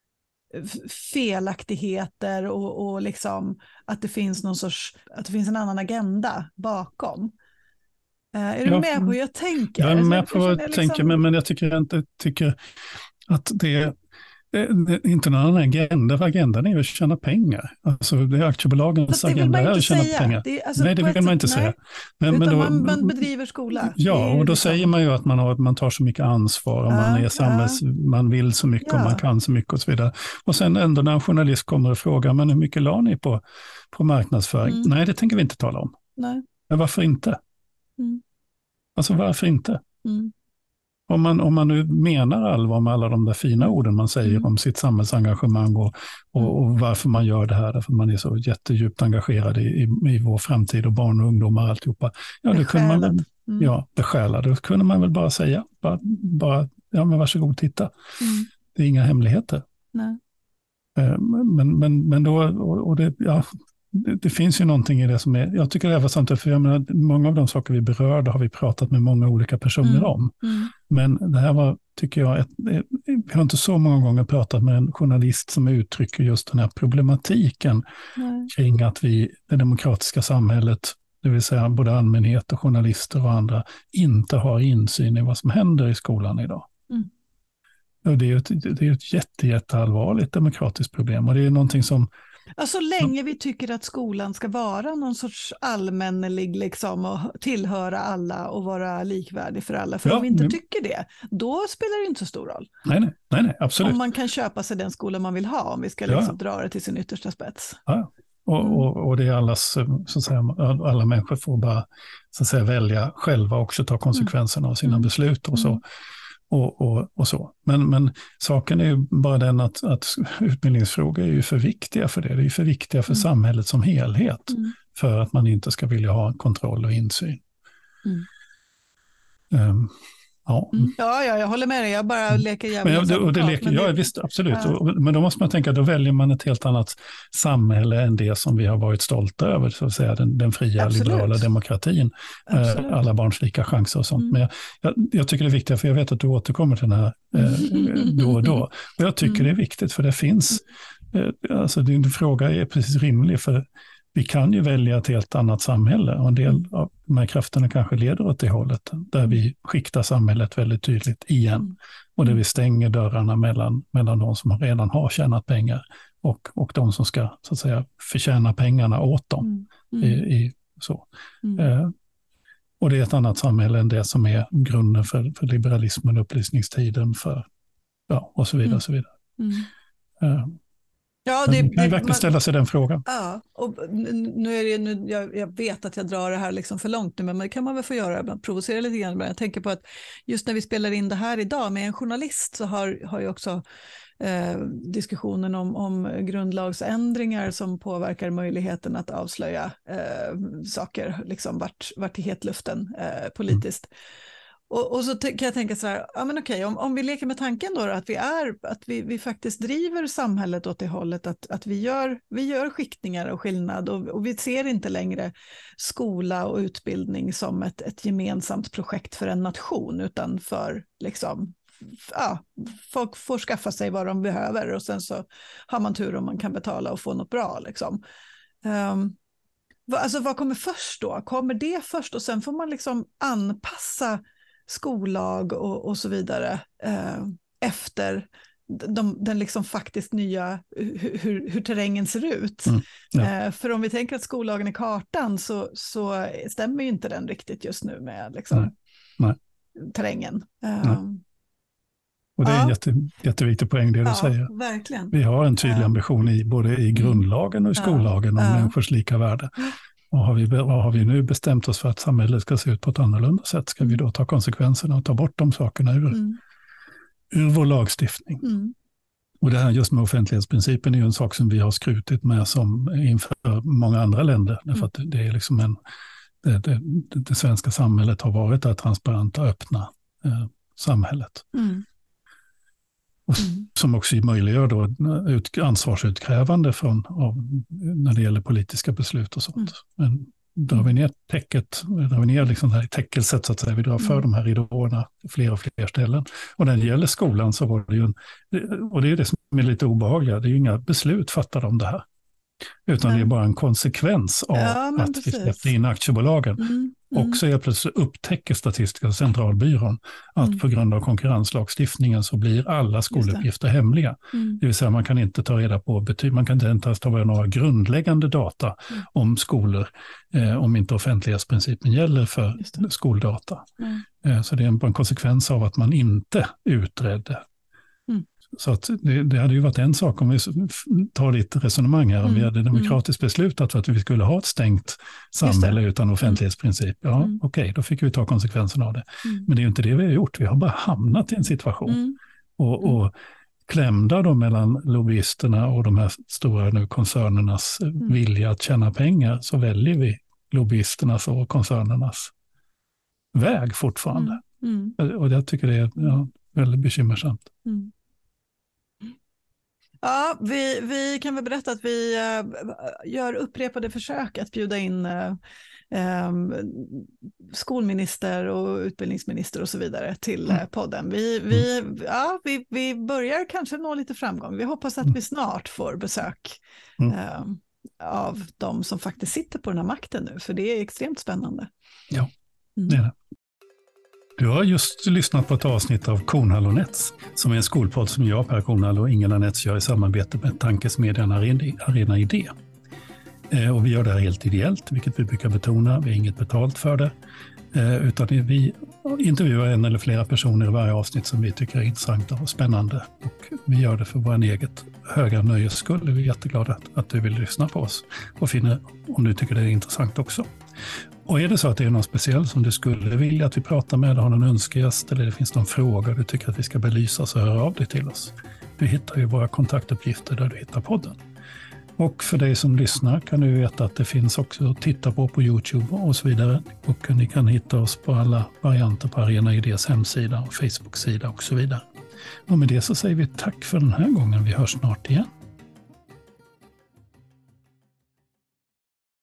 felaktigheter och, och liksom att det finns någon sorts, att det finns en annan agenda bakom. Uh, är du Ja, med på hur jag tänker? Jag är med alltså, på vad jag liksom... tänker, men, men jag tycker inte tycker att det är, det är inte någon annan agenda. För agendan är ju att tjäna pengar. Alltså det är aktiebolagens agenda är att tjäna pengar. Det är, alltså, nej, det vill man inte nej. säga. Men, Utan men då, man, man bedriver skola. Ja, och då liksom... säger man ju att man, har, man tar så mycket ansvar och ja, man är samhälls, ja. man vill så mycket ja. och man kan så mycket och så vidare. Och sen ändå när en journalist kommer och frågar, men hur mycket la ni på, på marknadsföring? Mm. Nej, det tänker vi inte tala om. Nej. Men varför inte? Mm. Alltså varför inte? Mm. Om man, om man nu menar allvar med alla de där fina orden man säger mm. om sitt samhällsengagemang och, och, och varför man gör det här, därför man är så jättedjupt engagerad i, i, i vår framtid och barn och ungdomar och alltihopa. Ja, det kunde man väl, mm. ja, besjälad. Då kunde man väl bara säga, bara, bara ja men varsågod titta. Mm. Det är inga hemligheter. Nej. Men, men, men då, och, och det, ja, det, det finns ju någonting i det som är, jag tycker det är samtidigt, för jag menar, många av de saker vi berörde har vi pratat med många olika personer mm. om. Mm. Men det här var, tycker jag, ett, ett, vi har inte så många gånger pratat med en journalist som uttrycker just den här problematiken Nej. kring att vi, det demokratiska samhället, det vill säga både allmänhet och journalister och andra, inte har insyn i vad som händer i skolan idag. Mm. Och det är ett, det är ett jätte, jätteallvarligt demokratiskt problem, och det är någonting som Ja, så länge vi tycker att skolan ska vara någon sorts allmännelig liksom, och tillhöra alla och vara likvärdig för alla. För ja, om vi inte men, tycker det, då spelar det inte så stor roll. Nej, nej, nej, nej absolut. Om man kan köpa sig den skola man vill ha, om vi ska liksom, ja. dra det till sin yttersta spets. Ja. Och, Mm. och, och det är allas, så att säga, alla människor får bara så att säga, välja själva och också ta konsekvenserna av sina Mm. beslut och så. Mm. Och, och, och så. Men, men saken är ju bara den att, att utbildningsfrågor är ju för viktiga för det. Det är ju för viktiga för Mm. samhället som helhet. Mm. För att man inte ska vilja ha kontroll och insyn. Mm. Um, ja. Mm. ja, ja, jag håller med dig. Jag bara leker Men, jävla och det leker, men det, ja, visst, absolut. Ja. Och, men då måste man tänka, då väljer man ett helt annat samhälle än det som vi har varit stolta över, så att säga, den, den fria Absolut. liberala demokratin. Absolut. Eh, alla barns lika chanser och sånt. Mm. Men jag, jag, jag tycker det är viktigt, för jag vet att du återkommer till den här eh, då och då. Och jag tycker Mm. det är viktigt, för det finns, eh, alltså din fråga är precis rimlig, för vi kan ju välja ett helt annat samhälle, och en del av de här krafterna kanske leder åt det hållet, där vi skiktar samhället väldigt tydligt igen. Mm. Och där vi stänger dörrarna mellan, mellan de som redan har tjänat pengar och, och de som ska, så att säga, förtjäna pengarna åt dem. Mm. Mm. I, i, så. Mm. Eh, och det är ett annat samhälle än det som är grunden för, för liberalismen, upplysningstiden, för, ja, och så vidare. Mm. Och så vidare. Mm. Eh, Ja, man det, kan ju det, verkligen man, ställa sig den frågan. Ja, och nu är det, nu, jag, jag vet att jag drar det här liksom för långt nu, men det kan man väl få göra, man provocerar lite grann. Jag tänker på att just när vi spelar in det här idag med en journalist, så har, har ju också eh, diskussionen om, om grundlagsändringar som påverkar möjligheten att avslöja eh, saker, liksom vart, vart i hetluften eh, politiskt. Mm. Och, och så kan jag tänka så här, ja men okej, om, om vi leker med tanken då, då att vi är, att vi, vi faktiskt driver samhället åt det hållet, att, att vi, gör, vi gör skiktningar och skillnad, och, och vi ser inte längre skola och utbildning som ett, ett gemensamt projekt för en nation, utan för liksom, ja, folk får skaffa sig vad de behöver, och sen så har man tur om man kan betala och få något bra liksom. Um, alltså vad kommer först då? Kommer det först, och sen får man liksom anpassa skollag och, och så vidare eh, efter de, den liksom faktiskt nya, hur, hur, hur terrängen ser ut. Mm, ja. eh, för om vi tänker att skollagen är kartan, så, så stämmer ju inte den riktigt just nu med liksom, nej, nej. terrängen. Nej. Um, och det är ja. en jätte, jätteviktig poäng det du ja, säger. Verkligen. Vi har en tydlig ambition i både i grundlagen och i skollagen om ja. människors lika värde. Och har vi, har vi nu bestämt oss för att samhället ska se ut på ett annorlunda sätt, ska vi då ta konsekvenserna och ta bort de sakerna ur, mm. ur vår lagstiftning. Mm. Och det här just med offentlighetsprincipen är ju en sak som vi har skrutit med som inför många andra länder. Mm. Därför att det är liksom en, det, det, det svenska samhället har varit det transparenta, öppna eh, samhället. Mm. Och som också möjliggör då ut, ansvarsutkrävande från, av, när det gäller politiska beslut och sånt. Mm. Men drar vi ner täcket, drar vi ner liksom det här täckelset, så att säga, vi drar för mm. de här ridåerna fler och fler ställen. Och när det gäller skolan så var det ju en, och det är det som är lite obehagliga, det är ju inga beslut fattade om det här. Utan Nej. det är bara en konsekvens av ja, att precis. vi släppte in aktiebolagen. Mm. Mm. Och så är plötsligt upptäcker Statistiska centralbyrån att mm. på grund av konkurrenslagstiftningen så blir alla skoluppgifter hemliga. Mm. Det vill säga man kan inte ta reda på betyg, man kan inte ens ta vara några grundläggande data mm. om skolor eh, om inte offentlighetsprincipen gäller för skoldata. Mm. Eh, så det är bara en konsekvens av att man inte utredde. Mm. Så att det, det hade ju varit en sak om vi tar lite resonemang här, om mm. vi hade demokratiskt beslutat för att vi skulle ha ett stängt samhälle utan offentlighetsprincip. Ja, mm. okej, okay, då fick vi ta konsekvenserna av det. Mm. Men det är ju inte det vi har gjort, vi har bara hamnat i en situation. Mm. Och, och klämda då mellan lobbyisterna och de här stora nu koncernernas mm. vilja att tjäna pengar, så väljer vi lobbyisternas och koncernernas väg fortfarande. Mm. Mm. Och jag tycker det är ja, väldigt bekymmersamt. Mm. Ja, vi, vi kan väl berätta att vi uh, gör upprepade försök att bjuda in uh, um, skolminister och utbildningsminister och så vidare till uh, podden. Vi, vi, ja, vi, vi börjar kanske nå lite framgång. Vi hoppas att vi snart får besök uh, av de som faktiskt sitter på den här makten nu, för det är extremt spännande. Ja, det är det. Du har just lyssnat på ett avsnitt av Kornhall och Nets, som är en skolpodd som jag, Per Kornhall och Ingela Nets gör i samarbete med tankesmedjan Arena Idé. Eh, och vi gör det här helt ideellt, vilket vi brukar betona. Vi har inget betalt för det. Utan vi intervjuar en eller flera personer i varje avsnitt som vi tycker är intressanta och spännande. Och vi gör det för vår eget höga nöjes skull. Vi är jätteglada att, att du vill lyssna på oss och finner om du tycker det är intressant också. Och är det så att det är någon speciell som du skulle vilja att vi pratar med, har någon önskegäst eller det finns någon fråga du tycker att vi ska belysa, så hör av dig till oss. Du hittar ju våra kontaktuppgifter där du hittar podden. Och för dig som lyssnar kan du veta att det finns också att titta på på YouTube och så vidare. Och ni kan hitta oss på alla varianter på Arena Idés hemsida och Facebook-sida och så vidare. Och med det så säger vi tack för den här gången. Vi hörs snart igen.